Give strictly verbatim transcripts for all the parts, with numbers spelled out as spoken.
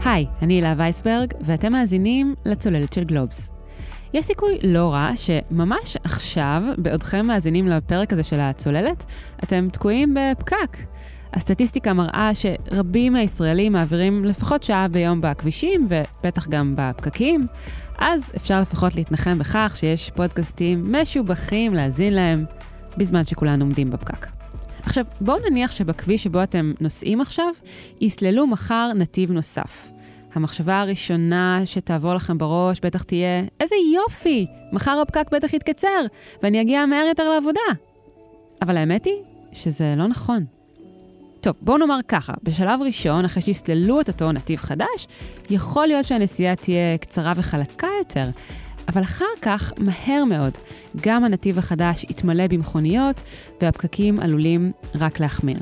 היי, אני הילה וייסברג, ואתם מאזינים לצוללת של גלובס. יש סיכוי לא רע שממש עכשיו, בעודכם מאזינים לפרק הזה של הצוללת, אתם תקועים בפקק. הסטטיסטיקה מראה שרבים מהישראלים מעבירים לפחות שעה ביום בכבישים, ובטח גם בפקקים, אז אפשר לפחות להתנחם בכך שיש פודקאסטים משובחים להזין להם, בזמן שכולנו עומדים בפקק. עכשיו, בואו נניח שבכביש שבו אתם נוסעים עכשיו, יסללו מחר נתיב נוסף. המחשבה הראשונה שתעבור לכם בראש בטח תהיה, איזה יופי, מחר הפקק בטח יתקצר, ואני אגיע מהר יותר לעבודה. אבל האמת היא שזה לא נכון. טוב, בואו נאמר ככה, בשלב ראשון, אחרי שיסללו את אותו נתיב חדש, יכול להיות שהנסיעה תהיה קצרה וחלקה יותר, אבל אחר כך, מהר מאוד, גם הנתיב החדש יתמלא במכוניות, והפקקים עלולים רק להחמיר.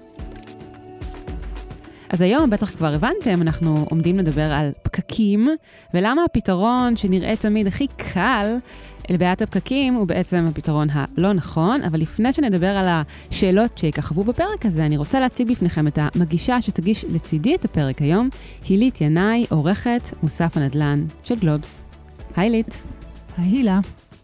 אז היום, בטח כבר הבנתם, אנחנו עומדים לדבר על פקקים, ולמה הפתרון שנראה תמיד הכי קל לבעיית הפקקים הוא בעצם הפתרון הלא נכון, אבל לפני שנדבר על השאלות שיקחבו בפרק הזה, אני רוצה להציג בפניכם את המגישה שתגיש לצידי את הפרק היום, הילית ינאי, עורכת מוסף הנדל"ן של גלובס. היי הילית. היי הילה.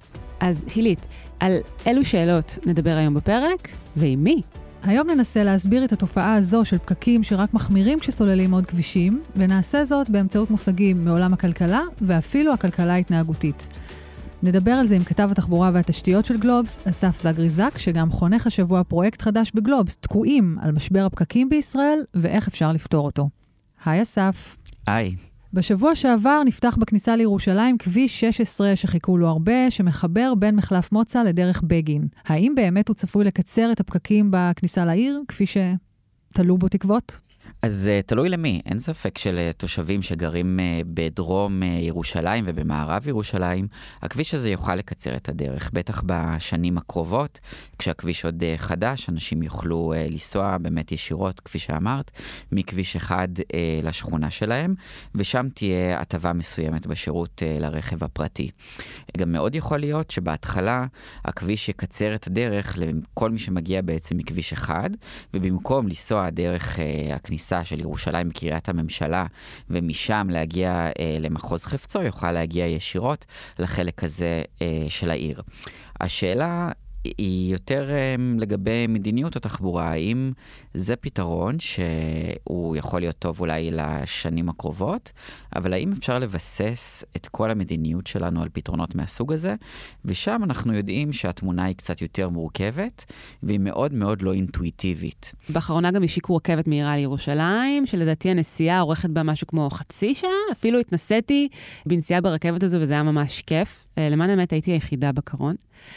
אז הילית, על אילו שאלות נדבר היום בפרק, ועם מי? היום ננסה להסביר את התופעה הזו של פקקים שרק מחמירים כשסוללים עוד כבישים, ונעשה זאת באמצעות מושגים מעולם הכלכלה, ואפילו הכלכלה ההתנהגותית. נדבר על זה עם כתב התחבורה והתשתיות של גלובס, אסף זגריזק, שגם חונך השבוע פרויקט חדש בגלובס, תקועים על משבר הפקקים בישראל, ואיך אפשר לפתור אותו. היי אסף. היי. בשבוע שעבר נפתח בכניסה לירושלים כביש שש עשרה שחיכו לו הרבה, שמחבר בין מחלף מוצא לדרך בגין. האם באמת הוא צפוי לקצר את הפקקים בכניסה לעיר, כפי שתלו בו תקוות? אז uh, תלוי למי. אין ספק של uh, תושבים שגרים uh, בדרום uh, ירושלים ובמערב ירושלים, הכביש הזה יוכל לקצר את הדרך, בטח בשנים הקרובות, כשהכביש עוד uh, חדש, אנשים יוכלו uh, לנסוע באמת ישירות, כפי שאמרת, מכביש אחד uh, לשכונה שלהם, ושם תהיה הטבה מסוימת בשירות uh, לרכב הפרטי. גם מאוד יכול להיות שבהתחלה הכביש יקצר את הדרך לכל מי שמגיע בעצם מכביש אחד, ובמקום לנסוע דרך uh, הכניסה של ירושלים בקריית הממשלה, ומשם להגיע אה, למחוז חפצו, יוכל להגיע ישירות לחלק הזה אה, של העיר. השאלה היא יותר um, לגבי מדיניות התחבורה, האם זה פתרון שהוא יכול להיות טוב אולי לשנים הקרובות, אבל האם אפשר לבסס את כל המדיניות שלנו על פתרונות מהסוג הזה, ושם אנחנו יודעים שהתמונה היא קצת יותר מורכבת, והיא מאוד מאוד לא אינטואיטיבית. באחרונה גם השיקו רכבת מהירה לירושלים, שלדעתי הנסיעה עורכת בה משהו כמו חצי שעה, אפילו התנסיתי בנסיעה ברכבת הזו, וזה היה ממש כיף. למען האמת הייתי היחידה בקרון.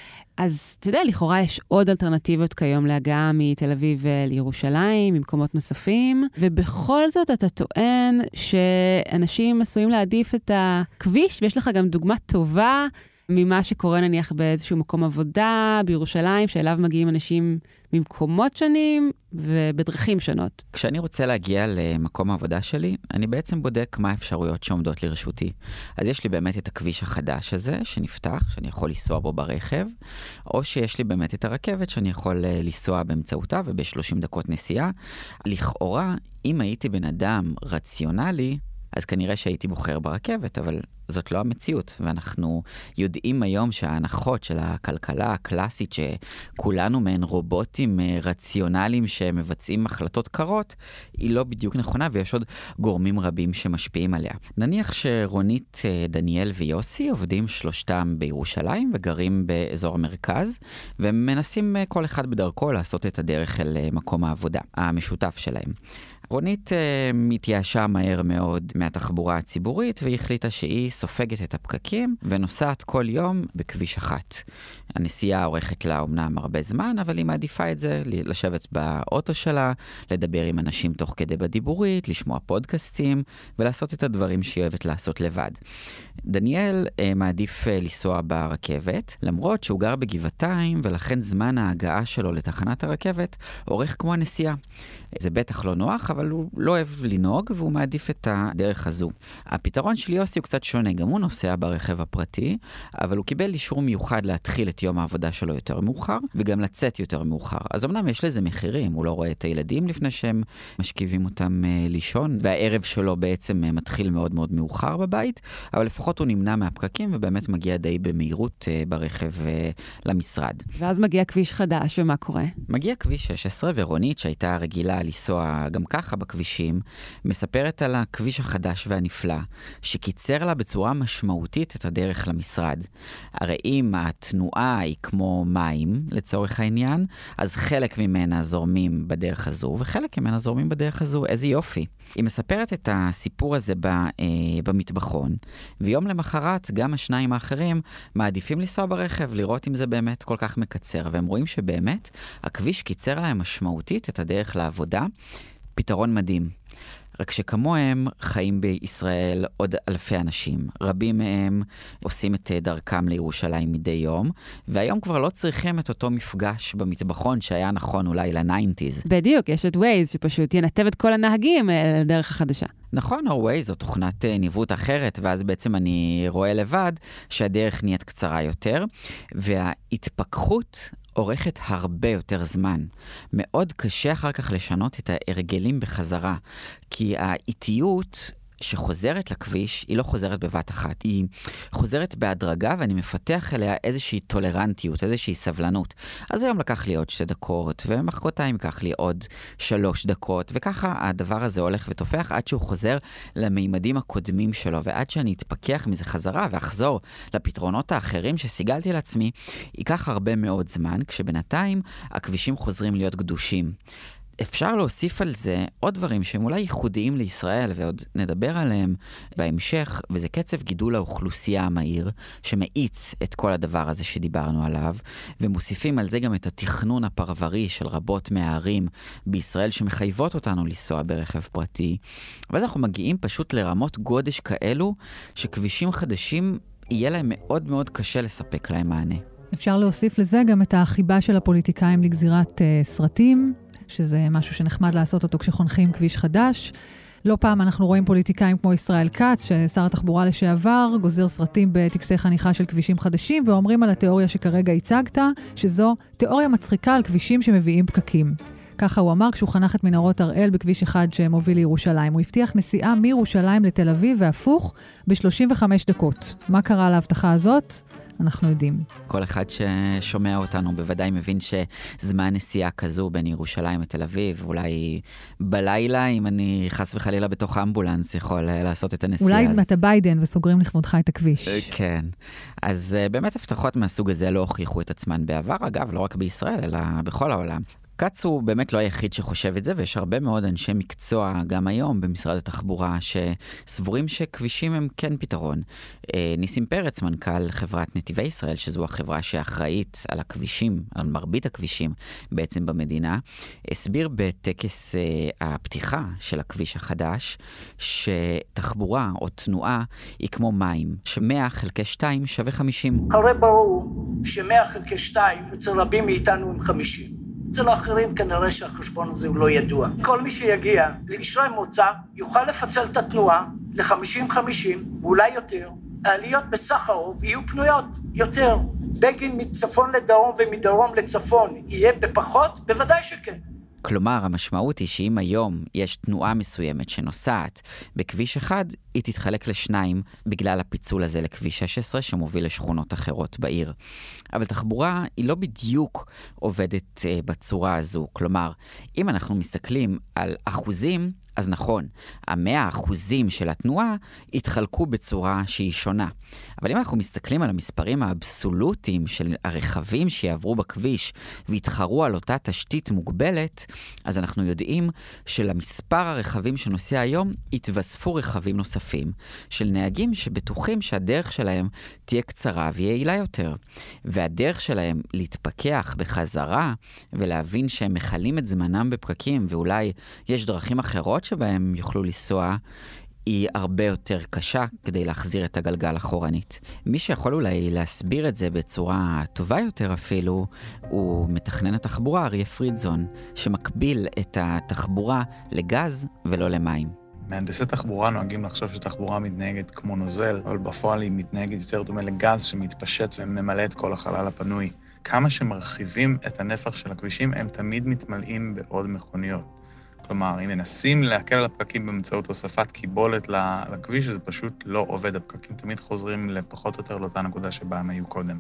אז אתה יודע, לכאורה יש עוד אלטרנטיבות כיום להגעה מתל אביב לירושלים, ממקומות נוספים, ובכל זאת אתה טוען שאנשים עשויים להעדיף את הכביש, ויש לך גם דוגמה טובה ממה שקורה נניח באיזשהו מקום עבודה בירושלים, שאליו מגיעים אנשים ממקומות שונים ובדרכים שונות. כשאני רוצה להגיע למקום העבודה שלי, אני בעצם בודק מה האפשרויות שעומדות לרשותי. אז יש לי באמת את הכביש החדש הזה שנפתח, שאני יכול לנסוע בו ברכב, או שיש לי באמת את הרכבת שאני יכול לנסוע באמצעותה וב-שלושים דקות נסיעה. לכאורה, אם הייתי בן אדם רציונלי, אז כנראה שהייתי בוחר ברכבת, אבל זאת לא המציאות, ואנחנו יודעים היום שההנחות של הכלכלה הקלאסית, שכולנו מהן רובוטים רציונליים שמבצעים החלטות קרות, היא לא בדיוק נכונה, ויש עוד גורמים רבים שמשפיעים עליה. נניח שרונית, דניאל ויוסי עובדים שלושתם בירושלים, וגרים באזור המרכז, והם מנסים כל אחד בדרכו לעשות את הדרך אל מקום העבודה, המשותף שלהם. רונית uh, מתייאשה מהר מאוד מהתחבורה הציבורית, והיא החליטה שהיא סופגת את הפקקים ונוסעת כל יום בכביש אחת. הנסיעה עורכת לה אומנם הרבה זמן, אבל היא מעדיפה את זה, לשבת באוטו שלה, לדבר עם אנשים תוך כדי בדיבורית, לשמוע פודקאסטים, ולעשות את הדברים שהיא אוהבת לעשות לבד. דניאל uh, מעדיף uh, לנסוע ברכבת, למרות שהוא גר בגבעתיים, ולכן זמן ההגעה שלו לתחנת הרכבת עורך כמו הנסיעה. זה בטח לא נוח, אבל הוא לא אוהב לנהוג, והוא מעדיף את הדרך הזו. הפתרון של יוסי הוא קצת שונה, גם הוא נוסע ברכב הפרטי, אבל הוא קיבל אישור מיוחד להתחיל את יום העבודה שלו יותר מאוחר, וגם לצאת יותר מאוחר. אז אמנם יש לזה מחירים, הוא לא רואה את הילדים לפני שהם משכיבים אותם uh, לישון, והערב שלו בעצם uh, מתחיל מאוד מאוד מאוחר בבית, אבל לפחות הוא נמנע מהפקקים, ובאמת מגיע די במהירות uh, ברכב uh, למשרד. ואז מגיע כביש חדש, ומה קורה? מגיע כביש שש עשרה, ורונית, שהייתה רגילה לנסוע גם ככה בכבישים, מספרת על הכביש החדש והנפלא, שקיצר לה בצורה משמעותית את הדרך למשרד. הרי אם התנועה היא כמו מים, לצורך העניין, אז חלק ממנה זורמים בדרך הזו, וחלק ממנה זורמים בדרך הזו. איזה יופי. היא מספרת את הסיפור הזה ב, אה, במטבחון, ויום למחרת גם השניים האחרים מעדיפים לנסוע ברכב, לראות אם זה באמת כל כך מקצר, והם רואים שבאמת הכביש קיצר להם משמעותית את הדרך לעבודה. פתרון מדהים. רק שכמוהם חיים בישראל עוד אלפי אנשים. רבים מהם עושים את דרכם לירושלים מדי יום, והיום כבר לא צריכים את אותו מפגש במטבחון שהיה נכון אולי לניינטיז. בדיוק, יש את ווייז שפשוט ינתב את כל הנהגים לדרך החדשה. נכון, ווייז זו תוכנת ניווט אחרת, ואז בעצם אני רואה לבד שהדרך נהיית קצרה יותר, וההתפכחות עורכת הרבה יותר זמן. מאוד קשה אחר כך לשנות את ההרגלים בחזרה, כי האיטיות שחוזרת לכביש, היא לא חוזרת בבת אחת. היא חוזרת בהדרגה, ואני מפתח אליה איזושהי טולרנטיות, איזושהי סבלנות. אז היום לקח לי עוד שתי דקות, ומחרתיים לקח לי עוד שלוש דקות, וככה הדבר הזה הולך ותופח עד שהוא חוזר למימדים הקודמים שלו, ועד שאני אתפכח מזה חזרה ואחזור לפתרונות האחרים שסיגלתי לעצמי, ייקח הרבה מאוד זמן, כשבינתיים הכבישים חוזרים להיות קדושים. אפשר להוסיף על זה עוד דברים שהם אולי ייחודיים לישראל, ועוד נדבר עליהם בהמשך, וזה קצב גידול האוכלוסייה המהיר, שמאיץ את כל הדבר הזה שדיברנו עליו, ומוסיפים על זה גם את התכנון הפרברי של רבות מהערים בישראל, שמחייבות אותנו לנסוע ברכב פרטי. ואז אנחנו מגיעים פשוט לרמות גודש כאלו, שכבישים חדשים יהיה להם מאוד מאוד קשה לספק להם מענה. אפשר להוסיף לזה גם את החיבה של הפוליטיקאים לגזירת uh, סרטים, שזה משהו שנחמד לעשות אותו כשחונכים כביש חדש. לא פעם אנחנו רואים פוליטיקאים כמו ישראל כץ, ששר התחבורה לשעבר, גוזר סרטים בטקסי חניכה של כבישים חדשים, ואומרים על התיאוריה שכרגע הצגת, שזו תיאוריה מצחיקה על כבישים שמביאים פקקים. ככה הוא אמר כשהוא חנך את מנהרות הראל בכביש אחד שמוביל לירושלים. הוא הבטיח נסיעה מירושלים לתל אביב והפוך ב-שלושים וחמש דקות. מה קרה להבטחה הזאת? אנחנו יודעים. כל אחד ששומע אותנו בוודאי מבין שזמן נסיעה כזו בין ירושלים לתל אביב, אולי בלילה, אם אני חס וחלילה בתוך אמבולנס, יכול לעשות את הנסיעה. אולי אם אתה ביידן וסוגרים לכבודך את הכביש. כן. אז באמת הבטחות מהסוג הזה לא הוכיחו את עצמן בעבר, אגב, לא רק בישראל, אלא בכל העולם. קץ הוא באמת לא היחיד שחושב את זה, ויש הרבה מאוד אנשי מקצוע גם היום במשרד התחבורה שסבורים שכבישים הם כן פתרון. ניסים פרץ, מנכ"ל חברת נתיבי ישראל, שזו החברה שאחראית על הכבישים, על מרבית הכבישים בעצם במדינה, הסביר בטקס הפתיחה של הכביש החדש, שתחבורה או תנועה היא כמו מים, ש-מאה חלקי שתיים שווה חמישים. הרי ברור ש-מאה חלקי שתיים אצל רבים מאיתנו הם חמישים. אצל האחרים כנראה שהחשבון הזה הוא לא ידוע. כל מי שיגיע לקשרי מוצא יוכל לפצל את התנועה ל-חמישים חמישים, ואולי יותר. העליות בסך הרוב יהיו פנויות יותר. בגין מצפון לדרום ומדרום לצפון יהיה בפחות? בוודאי שכן. כלומר, המשמעות היא שאם היום יש תנועה מסוימת שנוסעת בכביש אחד, היא תתחלק לשניים בגלל הפיצול הזה לכביש שש עשרה שמוביל לשכונות אחרות בעיר. אבל תחבורה היא לא בדיוק עובדת uh, בצורה הזו. כלומר, אם אנחנו מסתכלים על אחוזים, אז נכון, המאה אחוזים של התנועה התחלקו בצורה שהיא שונה. אבל אם אנחנו מסתכלים על המספרים האבסולוטיים של הרכבים שיעברו בכביש והתחרו על אותה תשתית מוגבלת, אז אנחנו יודעים שלמספר הרכבים שנוסע היום התווספו רכבים נוספים של נהגים שבטוחים שהדרך שלהם תהיה קצרה ויעילה יותר. והדרך שלהם להתפכח בחזרה ולהבין שהם מחלים את זמנם בפקקים ואולי יש דרכים אחרות שבהם יוכלו לנסוע, היא הרבה יותר קשה כדי להחזיר את הגלגל אחורנית. מי שיכול אולי להסביר את זה בצורה טובה יותר אפילו, הוא מתכנן התחבורה, אריה פרידזון, שמקביל את התחבורה לגז ולא למים. מהנדסי תחבורה נוהגים לחשוב שתחבורה מתנהגת כמו נוזל, אבל בפועל היא מתנהגת יותר דומה לגז שמתפשט וממלא את כל החלל הפנוי. כמה שמרחיבים את הנפח של הכבישים, הם תמיד מתמלאים בעוד מכוניות. כלומר, אם מנסים להקל על הפקקים באמצעות הוספת קיבולת לכביש, זה פשוט לא עובד. הפקקים תמיד חוזרים לפחות או יותר לאותה נקודה שבה הם היו קודם.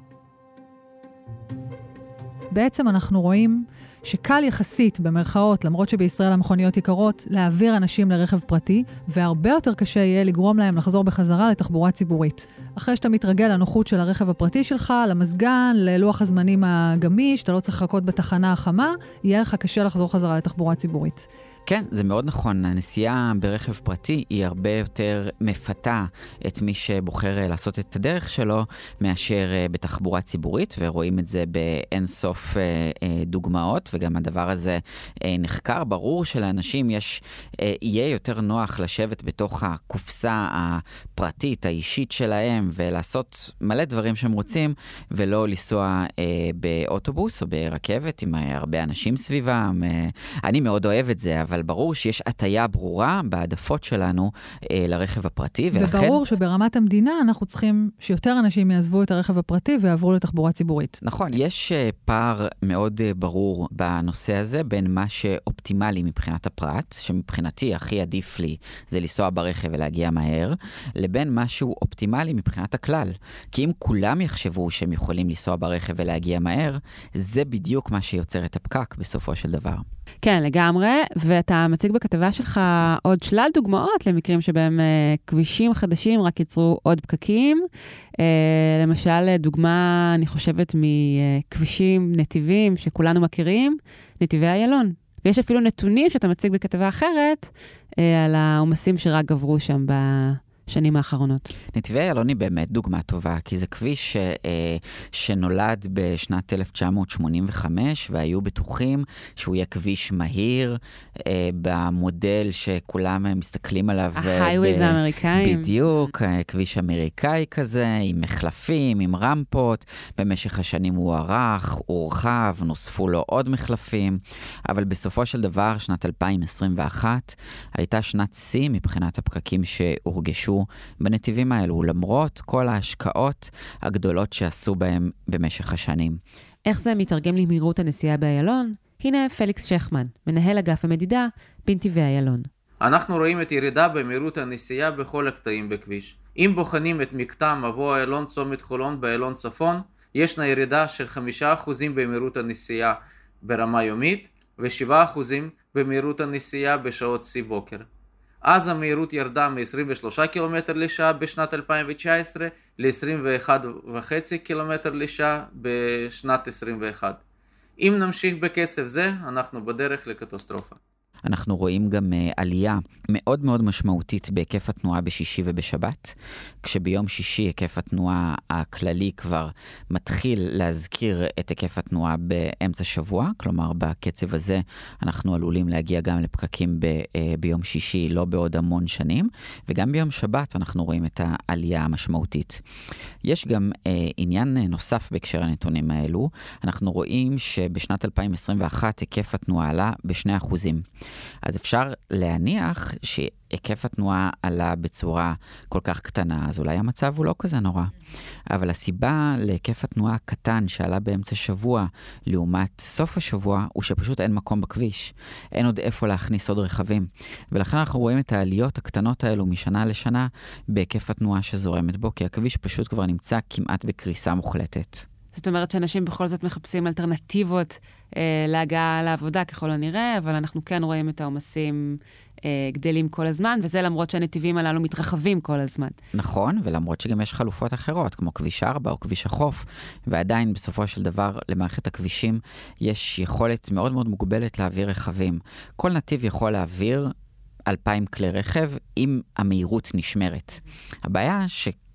בעצם אנחנו רואים שקל יחסית, במרכאות, למרות שבישראל המכוניות יקרות, להעביר אנשים לרכב פרטי, והרבה יותר קשה יהיה לגרום להם לחזור בחזרה לתחבורה ציבורית. אחרי שאתה מתרגל לנוחות של הרכב הפרטי שלך, למזגן, ללוח הזמנים הגמיש, אתה לא צריך לחכות בתחנה החמה, יהיה לך קשה לחזור חזרה לתחבורה ציבורית. כן, זה מאוד נכון. הנסיעה ברכב פרטי היא הרבה יותר מפתה את מי שבוחר לעשות את הדרך שלו מאשר בתחבורה ציבורית, ורואים את זה באין סוף דוגמאות, וגם הדבר הזה נחקר. ברור שלאנשים יש, יהיה יותר נוח לשבת בתוך הקופסה הפרטית, האישית שלהם, ולעשות מלא דברים שהם רוצים, ולא לנסוע באוטובוס או ברכבת עם הרבה אנשים סביבם. אני מאוד אוהב את זה, אבל אבל ברור שיש הטיה ברורה בעדפות שלנו אה, לרכב הפרטי, ולכן... וברור שברמת המדינה אנחנו צריכים שיותר אנשים יעזבו את הרכב הפרטי ויעברו לתחבורה ציבורית. נכון, יש אה, פער מאוד אה, ברור בנושא הזה, בין מה שאופטימלי מבחינת הפרט, שמבחינתי הכי עדיף לי זה לנסוע ברכב ולהגיע מהר, לבין משהו אופטימלי מבחינת הכלל. כי אם כולם יחשבו שהם יכולים לנסוע ברכב ולהגיע מהר, זה בדיוק מה שיוצר את הפקק בסופו של דבר. כן, לגמרי, ואתה מציג בכתבה שלך עוד שלל דוגמאות למקרים שבהם uh, כבישים חדשים רק ייצרו עוד פקקים. Uh, למשל, דוגמה, אני חושבת, מכבישים, נתיבים שכולנו מכירים, נתיבי איילון. ויש אפילו נתונים שאתה מציג בכתבה אחרת uh, על העומסים שרק גברו שם ב... שנים האחרונות. נתיבי איילון היא באמת דוגמה טובה, כי זה כביש ש, אה, שנולד בשנת אלף תשע מאות שמונים וחמש, והיו בטוחים שהוא יהיה כביש מהיר, אה, במודל שכולם מסתכלים עליו. ההייווייז האמריקאים. בדיוק, כביש אמריקאי כזה, עם מחלפים, עם רמפות. במשך השנים הוא ערך, הורחב, נוספו לו עוד מחלפים, אבל בסופו של דבר, שנת אלפיים עשרים ואחת, הייתה שנת שיא מבחינת הפקקים שהורגשו בנתיבים האלו, למרות כל ההשקעות הגדולות שעשו בהם במשך השנים. איך זה מתרגם למהירות הנסיעה באיילון? הנה פליקס שכמן, מנהל אגף המדידה בנתיבי איילון. אנחנו רואים את ירידה במהירות הנסיעה בכל הקטעים בכביש. אם בוחנים את מקטע מבוא איילון צומת חולון באיילון צפון, ישנה ירידה של חמישה אחוזים במהירות הנסיעה ברמה יומית, ו-שבעה אחוזים במהירות הנסיעה בשעות שיא בוקר. אז המהירות ירדה מ-עשרים ושלושה קילומטר לשעה בשנת אלפיים תשע עשרה ל-עשרים ואחד וחצי קילומטר לשעה בשנת עשרים ואחת. אם נמשיך בקצב זה, אנחנו בדרך לקטסטרופה. אנחנו רואים גם uh, עלייה מאוד מאוד משמעותית בהיקף התנועה בשישי ובשבת, כשביום שישי היקף התנועה הכללי כבר מתחיל להזכיר את היקף התנועה באמצע שבוע, כלומר בקצב הזה אנחנו עלולים להגיע גם לפקקים ב, uh, ביום שישי, לא בעוד המון שנים, וגם ביום שבת אנחנו רואים את העלייה המשמעותית. יש גם uh, עניין נוסף בהקשר הנתונים האלו, אנחנו רואים שבשנת אלפיים עשרים ואחת היקף התנועה עלה בשני אחוזים. אז אפשר להניח שהיקף התנועה עלה בצורה כל כך קטנה, אז אולי המצב הוא לא כזה נורא. אבל הסיבה להיקף התנועה הקטן שעלה באמצע שבוע לעומת סוף השבוע, הוא שפשוט אין מקום בכביש. אין עוד איפה להכניס עוד רכבים. ולכן אנחנו רואים את העליות הקטנות האלו משנה לשנה בהיקף התנועה שזורמת בו, כי הכביש פשוט כבר נמצא כמעט בקריסה מוחלטת. זאת אומרת שאנשים בכל זאת מחפשים אלטרנטיבות אה, להגעה לעבודה ככל הנראה, אבל אנחנו כן רואים את העומסים אה, גדלים כל הזמן, וזה למרות שהנתיבים הללו מתרחבים כל הזמן. נכון, ולמרות שגם יש חלופות אחרות, כמו כביש ארבע או כביש החוף, ועדיין בסופו של דבר למערכת הכבישים יש יכולת מאוד מאוד מוגבלת להעביר רכבים. כל נתיב יכול להעביר אלפיים כלי רכב אם המהירות נשמרת. הבעיה ש...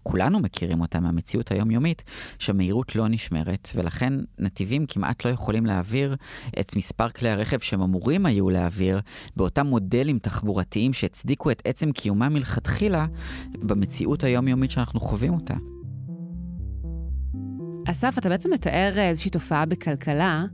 כולנו מכירים אותה מהמציאות היומיומית, שהמהירות לא נשמרת, ולכן נתיבים כמעט לא יכולים להעביר את מספר כלי הרכב שהם אמורים היו להעביר, באותם מודלים תחבורתיים שהצדיקו את עצם קיומם מלכתחילה, במציאות היומיומית שאנחנו חווים אותה. אסף, אתה בעצם מתאר איזושהי תופעה בכלכלה,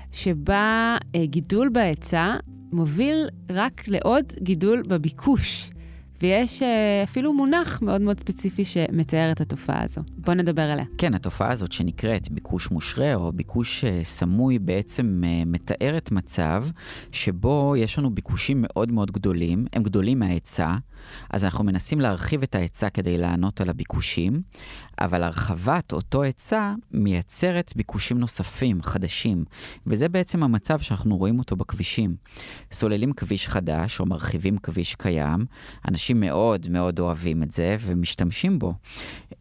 שבה גידול בהיצע מוביל רק לעוד גידול בביקוש. ויש אפילו מונח מאוד מאוד ספציפי שמתאר את התופעה הזו. בוא נדבר עליה. כן, התופעה הזאת שנקראת ביקוש מושרה או ביקוש סמוי בעצם מתארת מצב שבו יש לנו ביקושים מאוד מאוד גדולים, הם גדולים מההיצע, אז אנחנו מנסים להרחיב את ההיצע כדי לענות על הביקושים, אבל הרחבת אותו היצע מייצרת ביקושים נוספים, חדשים, וזה בעצם המצב שאנחנו רואים אותו בכבישים. סוללים כביש חדש או מרחיבים כביש קיים, אנשים מאוד מאוד אוהבים את זה ומשתמשים בו. Uh,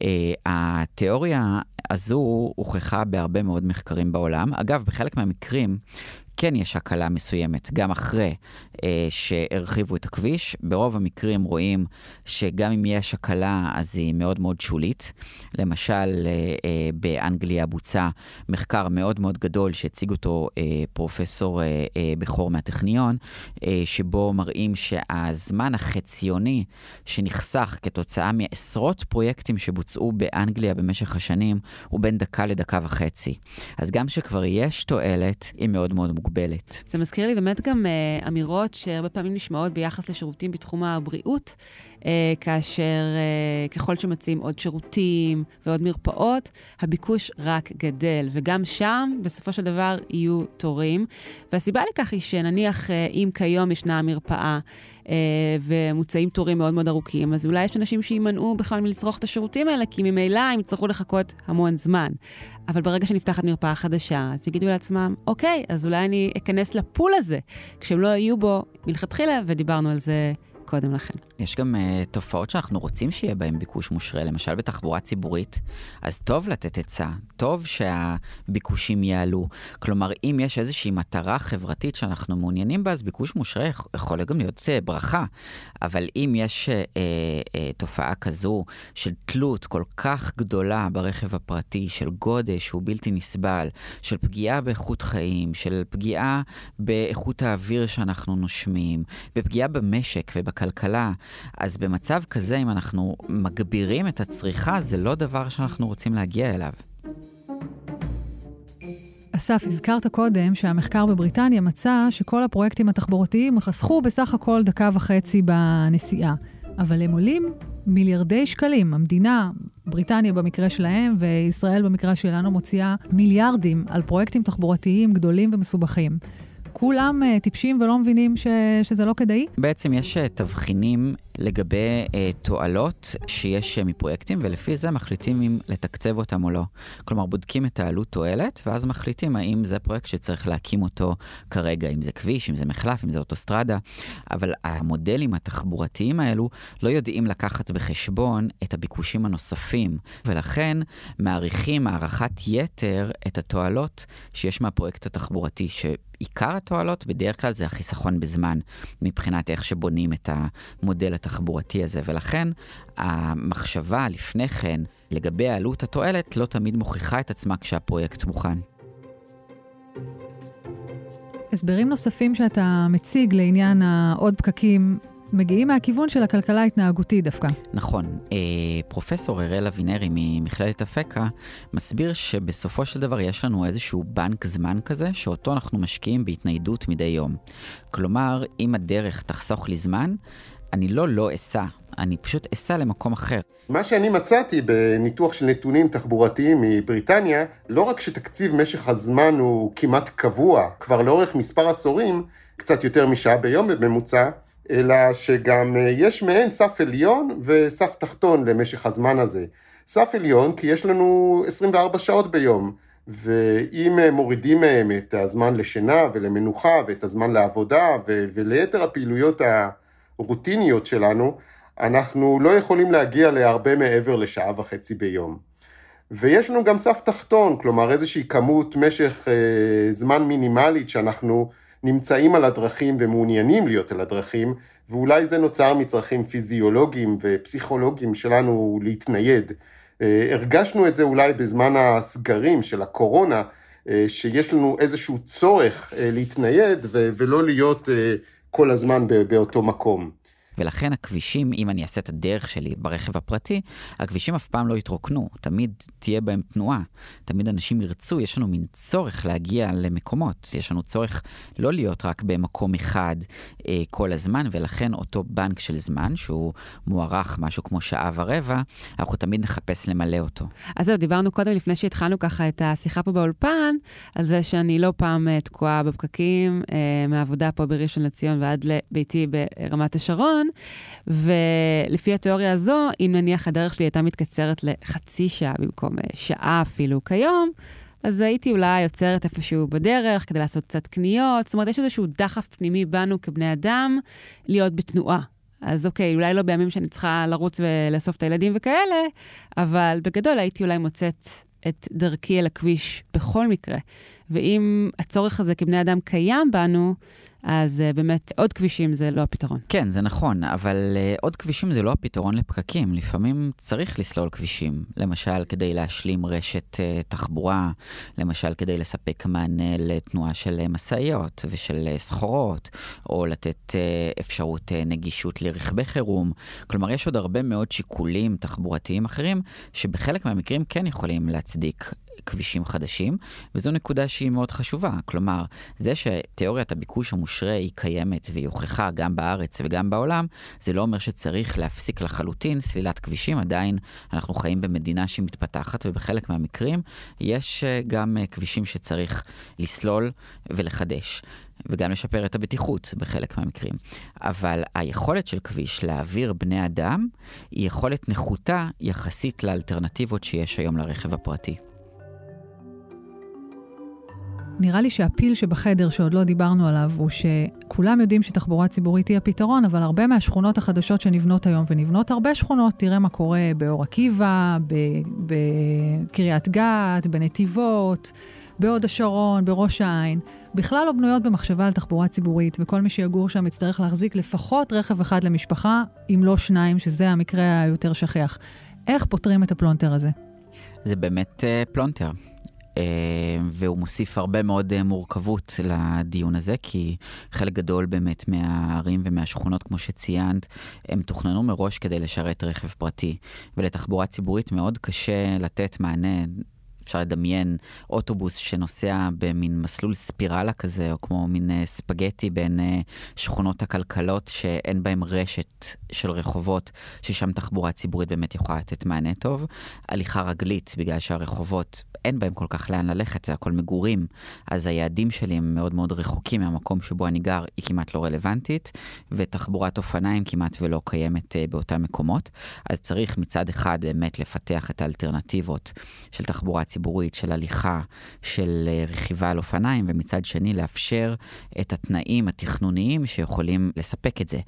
התיאוריה הזו הוכחה בהרבה מאוד מחקרים בעולם. אגב, בחלק מהמקרים, כן יש הקלה מסוימת, גם אחרי אה, שהרחיבו את הכביש. ברוב המקרים רואים שגם אם יש הקלה, אז היא מאוד מאוד שולית. למשל, אה, אה, באנגליה בוצע מחקר מאוד מאוד גדול שהציג אותו אה, פרופסור אה, אה, בחור מהטכניון, אה, שבו מראים שהזמן החציוני שנחסך כתוצאה מעשרות פרויקטים שבוצעו באנגליה במשך השנים, הוא בין דקה לדקה וחצי. אז גם שכבר יש תועלת, היא מאוד מאוד מוגבלת. זה מזכיר לי באמת גם uh, אמירות שהרבה פעמים נשמעות ביחס לשירותים בתחום הבריאות, uh, כאשר uh, ככל שמציעים עוד שירותים ועוד מרפאות, הביקוש רק גדל, וגם שם בסופו של דבר יהיו תורים. והסיבה לכך היא שנניח uh, אם כיום ישנה מרפאה, Uh, ומוצאים תורים מאוד מאוד ארוכים, אז אולי יש אנשים שימנעו בכלל מלצרוך את השירותים האלה, כי ממילא הם יצטרכו לחכות המון זמן. אבל ברגע שנפתחת מרפאה חדשה, אז יגידו לעצמם, אוקיי, אז אולי אני אכנס לפול הזה, כשהם לא יהיו בו מלכתחילה, ודיברנו על זה קודם לכן. יש גם uh, תופעות שאנחנו רוצים שיהיה בהם ביקוש מושרה, למשל בתחבורה ציבורית, אז טוב לתת היצע, טוב שהביקושים יעלו. כלומר, אם יש איזושהי מטרה חברתית שאנחנו מעוניינים בה, אז ביקוש מושרה יכול גם להיות uh, ברכה. אבל אם יש uh, uh, תופעה כזו של תלות כל כך גדולה ברכב הפרטי, של גודש שהוא בלתי נסבל, של פגיעה באיכות חיים, של פגיעה באיכות האוויר שאנחנו נושמים, בפגיעה במשק ובכלכלה, אז במצב כזה, אם אנחנו מגבירים את הצריכה, זה לא דבר שאנחנו רוצים להגיע אליו. אסף, הזכרת קודם שהמחקר בבריטניה מצא שכל הפרויקטים התחבורתיים חסכו בסך הכל דקה וחצי בנסיעה. אבל הם עולים מיליארדי שקלים. המדינה, בריטניה במקרה שלהם, וישראל במקרה שלנו מוציאה מיליארדים על פרויקטים תחבורתיים גדולים ומסובכים. כולם uh, טיפשים ולא מבינים ש... שזה לא כדאי? בעצם יש uh, תבחינים לגבי uh, תועלות שיש uh, מפרויקטים, ולפי זה מחליטים אם לתקצב אותם או לא. כלומר, בודקים את העלות תועלת, ואז מחליטים האם זה פרויקט שצריך להקים אותו כרגע, אם זה כביש, אם זה מחלף, אם זה אוטוסטרדה. אבל המודלים התחבורתיים האלו לא יודעים לקחת בחשבון את הביקושים הנוספים, ולכן מעריכים הערכת יתר את התועלות שיש מהפרויקט התחבורתי, ש... עיקר התועלות בדרך כלל זה החיסכון בזמן, מבחינת איך שבונים את המודל התחבורתי הזה, ולכן המחשבה לפני כן לגבי העלות התועלת לא תמיד מוכיחה את עצמה כשהפרויקט מוכן. הסברים נוספים שאתה מציג לעניין העוד פקקים מגיעים מהכיוון של הכלכלה ההתנהגותית דווקא. נכון. פרופסור אראל אבינרי ממכללת אפקה מסביר שבסופו של דבר יש לנו איזשהו בנק זמן כזה, שאותו אנחנו משקיעים בהתניידות מדי יום. כלומר, אם הדרך תחסוך לי זמן, אני לא לא אסע, אני פשוט אסע למקום אחר. מה שאני מצאתי בניתוח של נתונים תחבורתיים מבריטניה, לא רק שתקציב משך הזמן הוא כמעט קבוע, כבר לאורך מספר עשורים, קצת יותר משעה ביום בממוצע, אלא שגם יש מעין סף עליון וסף תחתון למשך הזמן הזה. סף עליון כי יש לנו עשרים וארבע שעות ביום, ואם מורידים מהם את הזמן לשינה ולמנוחה ואת הזמן לעבודה ו- וליתר הפעילויות הרוטיניות שלנו, אנחנו לא יכולים להגיע להרבה מעבר לשעה וחצי ביום. ויש לנו גם סף תחתון, כלומר איזושהי כמות משך אה, זמן מינימלית שאנחנו נמצאים על הדרכים ומעוניינים להיות על הדרכים, ואולי זה נוצר מצרכים פיזיולוגיים ופסיכולוגיים שלנו להתנייד. הרגשנו את זה אולי בזמן הסגרים של הקורונה, שיש לנו איזשהו צורך להתנייד ולא להיות כל הזמן באותו מקום. ולכן הכבישים, אם אני אעשה את הדרך שלי ברכב הפרטי, הכבישים אף פעם לא יתרוקנו, תמיד תהיה בהם תנועה, תמיד אנשים ירצו, יש לנו מין צורך להגיע למקומות, יש לנו צורך לא להיות רק במקום אחד אה, כל הזמן, ולכן אותו בנק של זמן, שהוא מוערך משהו כמו שעה ורבע, אנחנו תמיד נחפש למלא אותו. אז זהו, דיברנו קודם לפני שהתחלנו ככה את השיחה פה באולפן, על זה שאני לא פעם תקועה בפקקים, אה, מהעבודה פה בראשון לציון ועד לביתי ברמת השרון, ולפי התיאוריה הזו, אם נניח הדרך שלי הייתה מתקצרת לחצי שעה במקום שעה אפילו כיום, אז הייתי אולי יוצרת איפשהו בדרך כדי לעשות קצת קניות. זאת אומרת, יש איזשהו דחף פנימי בנו כבני אדם להיות בתנועה. אז אוקיי, אולי לא בימים שאני צריכה לרוץ ולאסוף את הילדים וכאלה, אבל בגדול הייתי אולי מוצאת את דרכי אל הכביש בכל מקרה. ואם הצורך הזה כבני אדם קיים בנו, אז uh, באמת עוד כבישים זה לא הפתרון. כן, זה נכון, אבל uh, עוד כבישים זה לא הפתרון לפקקים. לפעמים צריך לסלול כבישים, למשל כדי להשלים רשת uh, תחבורה, למשל כדי לספק מענה לתנועה של uh, מסעיות ושל uh, סחורות, או לתת uh, אפשרות uh, נגישות לרכבי חירום. כלומר, יש עוד הרבה מאוד שיקולים תחבורתיים אחרים, שבחלק מהמקרים כן יכולים להצדיק כבישים חדשים, וזו נקודה שהיא מאוד חשובה. כלומר, זה שתיאוריית הביקוש המושרה היא קיימת והיא הוכחה גם בארץ וגם בעולם, זה לא אומר שצריך להפסיק לחלוטין סלילת כבישים. עדיין אנחנו חיים במדינה שהיא מתפתחת, ובחלק מהמקרים יש גם כבישים שצריך לסלול ולחדש. וגם לשפר את הבטיחות בחלק מהמקרים. אבל היכולת של כביש להעביר בני אדם היא יכולת נחותה יחסית לאלטרנטיבות שיש היום לרכב הפרטי. נראה לי שהפיל שבחדר שעוד לא דיברנו עליו הוא שכולם יודעים שתחבורה ציבורית היא הפתרון, אבל הרבה מהשכונות החדשות שנבנות היום, ונבנות הרבה שכונות, תראה מה קורה באור עקיבא, בקריית גת, בנתיבות, בהוד השרון, בראש העין, בכלל לא בנויות במחשבה על תחבורה ציבורית, וכל מי שיגור שם יצטרך להחזיק לפחות רכב אחד למשפחה, אם לא שניים, שזה המקרה היותר שכיח. איך פותרים את הפלונטר הזה? זה באמת uh, פלונטר. והוא מוסיף הרבה מאוד מורכבות לדיון הזה, כי חלק גדול באמת מהערים ומהשכונות, כמו שציינת, הם תוכננו מראש כדי לשרת רכב פרטי, ולתחבורה ציבורית מאוד קשה לתת מענה. אפשר לדמיין אוטובוס שנוסע במין מסלול ספירלה כזה, או כמו מין ספגטי בין שכונות הכלכלות שאין בהם רשת של רחובות, ששם תחבורה ציבורית באמת יכולה לתת מענה טוב. הליכה רגלית, בגלל שהרחובות אין בהם כל כך לאן ללכת, זה הכל מגורים, אז היעדים שלי הם מאוד מאוד רחוקים מהמקום שבו אני גר, היא כמעט לא רלוונטית, ותחבורת אופניים כמעט ולא קיימת באותם מקומות. אז צריך מצד אחד באמת לפתח את האלטרנטיבות של תחבורה ציבורית, של הליכה, של רכיבה על אופניים, ומצד שני לאפשר את התנאים התכנוניים שיכולים לספק את זה.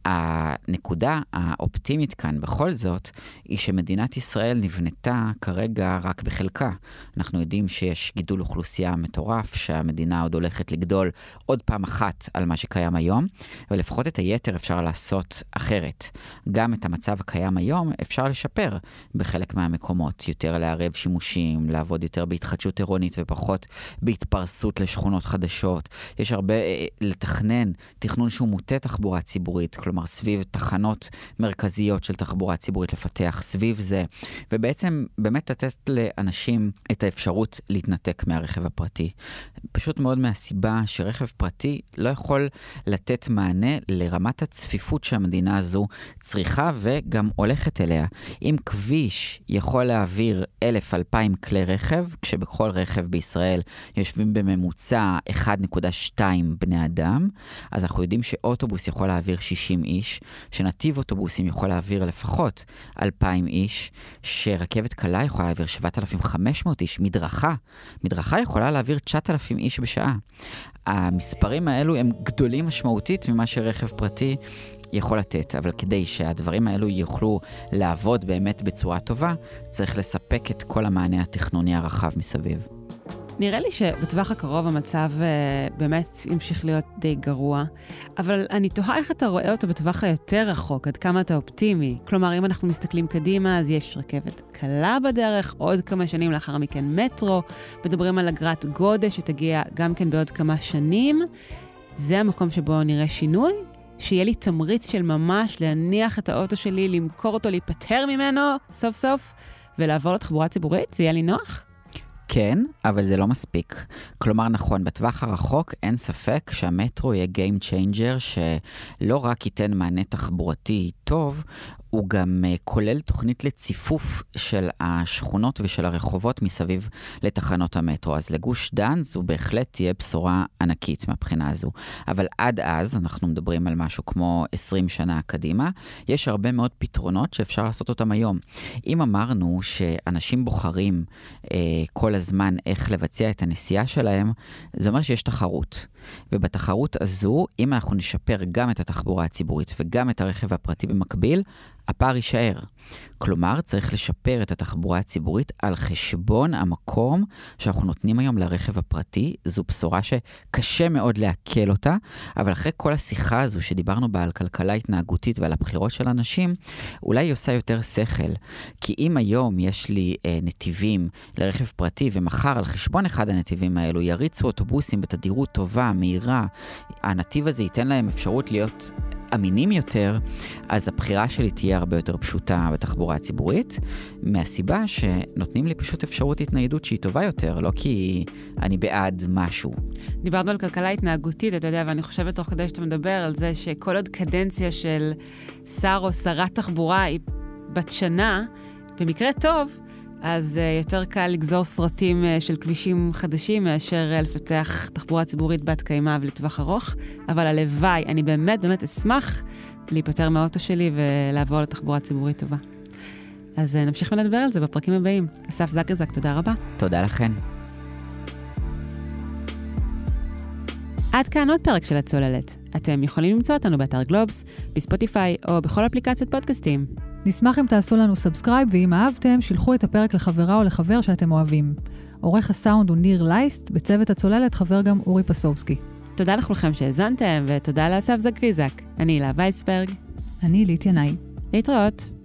הנקודה האופטימית כאן בכל זאת, היא שמדינת ישראל נבנתה כרגע רק בחלקה. אנחנו יודעים שיש גידול אוכלוסייה מטורף, שהמדינה עוד הולכת לגדול עוד פעם אחת על מה שקיים היום, ולפחות את היתר אפשר לעשות אחרת. גם את המצב הקיים היום אפשר לשפר בחלק מהמקומות, יותר לערב שימושים, לעבוד יותר בהתחדשות עירונית ופחות בהתפרסות לשכונות חדשות. יש הרבה לתכנן, תכנון שהוא מוטה תחבורה ציבורית, כלומר סביב תחנות מרכזיות של תחבורה ציבורית לפתח סביב זה, ובעצם באמת לתת לאנשים את האפשרות להתנתק מהרכב הפרטי. פשוט מאוד מהסיבה שרכב פרטי לא יכול לתת מענה לרמת הצפיפות שהמדינה הזו צריכה וגם הולכת אליה. אם כביש יכול להעביר אלף אלפיים כלי רכב, כשבכל רכב בישראל יושבים בממוצע אחת נקודה שתיים בני אדם, אז אנחנו יודעים שאוטובוס יכול להעביר שישים איש, שנתיב אוטובוסים יכול להעביר לפחות אלפיים איש, שרכבת קלה יכולה להעביר שבעת אלפים וחמש מאות איש, מדרכה, מדרכה יכולה להעביר תשעת אלפים איש בשעה. המספרים האלו הם גדולים משמעותית ממה שרכב פרטי יכול לתת, אבל כדי שהדברים האלו יוכלו לעבוד באמת בצורה טובה, צריך לספק את כל המענה התכנוני הרחב מסביב. נראה לי שבטווח הקרוב המצב באמת ימשיך להיות די גרוע, אבל אני תוהה איך אתה רואה אותו בטווח היותר רחוק, עד כמה אתה אופטימי. כלומר, אם אנחנו מסתכלים קדימה, אז יש רכבת קלה בדרך, עוד כמה שנים לאחר מכן מטרו, מדברים על אגרת גודש שתגיע גם כן בעוד כמה שנים. זה המקום שבו נראה שינוי? שיהיה לי תמריץ של ממש להניח את האוטו שלי, למכור אותו, להיפטר ממנו סוף סוף, ולעבור לתחבורה ציבורית? זה יהיה לי נוח? כן, אבל זה לא מספיק. כלומר, נכון, בטווח הרחוק אין ספק שהמטרו יהיה Game Changer שלא רק ייתן מענה תחבורתי טוב, הוא גם uh, כולל תוכנית לציפוף של השכונות ושל הרחובות מסביב לתחנות המטרו. אז לגוש דן זו בהחלט תהיה בשורה ענקית מבחינה הזו. אבל עד אז, אנחנו מדברים על משהו כמו עשרים שנה קדימה, יש הרבה מאוד פתרונות שאפשר לעשות אותם היום. אם אמרנו שאנשים בוחרים uh, כל הזמן איך לבצע את הנסיעה שלהם, זה אומר שיש תחרות. ובתחרות הזו, אם אנחנו נשפר גם את התחבורה הציבורית וגם את הרכב הפרטי במקביל, הפער יישאר. כלומר, צריך לשפר את התחבורה הציבורית על חשבון המקום שאנחנו נותנים היום לרכב הפרטי. זו בשורה שקשה מאוד להקל אותה, אבל אחרי כל השיחה הזו שדיברנו בה על כלכלה התנהגותית ועל הבחירות של אנשים, אולי היא עושה יותר שכל. כי אם היום יש לי אה, נתיבים לרכב פרטי, ומחר על חשבון אחד הנתיבים האלו יריצו אוטובוסים בתדירות טובה, מהירה, הנתיב הזה ייתן להם אפשרות להיות אמינים יותר, אז הבחירה שלי תהיה הרבה יותר פשוטה בתחבורה הציבורית, מהסיבה שנותנים לי פשוט אפשרות התניידות שהיא טובה יותר, לא כי אני בעד משהו. דיברנו על כלכלה התנהגותית, אתה יודע, ואני חושבת תוך כדי שאתה מדבר על זה שכל עוד קדנציה של שר או שרת תחבורה היא בת שנה, במקרה טוב, אז uh, יותר קל לגזור סרטים uh, של כבישים חדשים מאשר uh, לפתח תחבורה ציבורית בת קיימה ולטווח ארוך, אבל הלוואי, אני באמת באמת אשמח להיפטר מהאוטו שלי ולעבור לתחבורה ציבורית טובה. אז uh, נמשיך ונדבר על זה בפרקים הבאים. אסף זקרזק, תודה רבה. תודה לכן. עד כאן עוד פרק של הצוללת. אתם יכולים למצוא אותנו באתר גלובס, בספוטיפיי או בכל אפליקציות פודקאסטים. נשמח אם תעשו לנו סאבסקרייב, ואם אהבתם, שילחו את הפרק לחברה או לחבר שאתם אוהבים. עורך הסאונד הוא ניר לייסט, בצוות הצוללת חבר גם אורי פסובסקי. תודה לכולכם שהזנתם, ותודה לאסף זקריזק. אני הילה וייסברג. אני ליט ינאי. להתראות.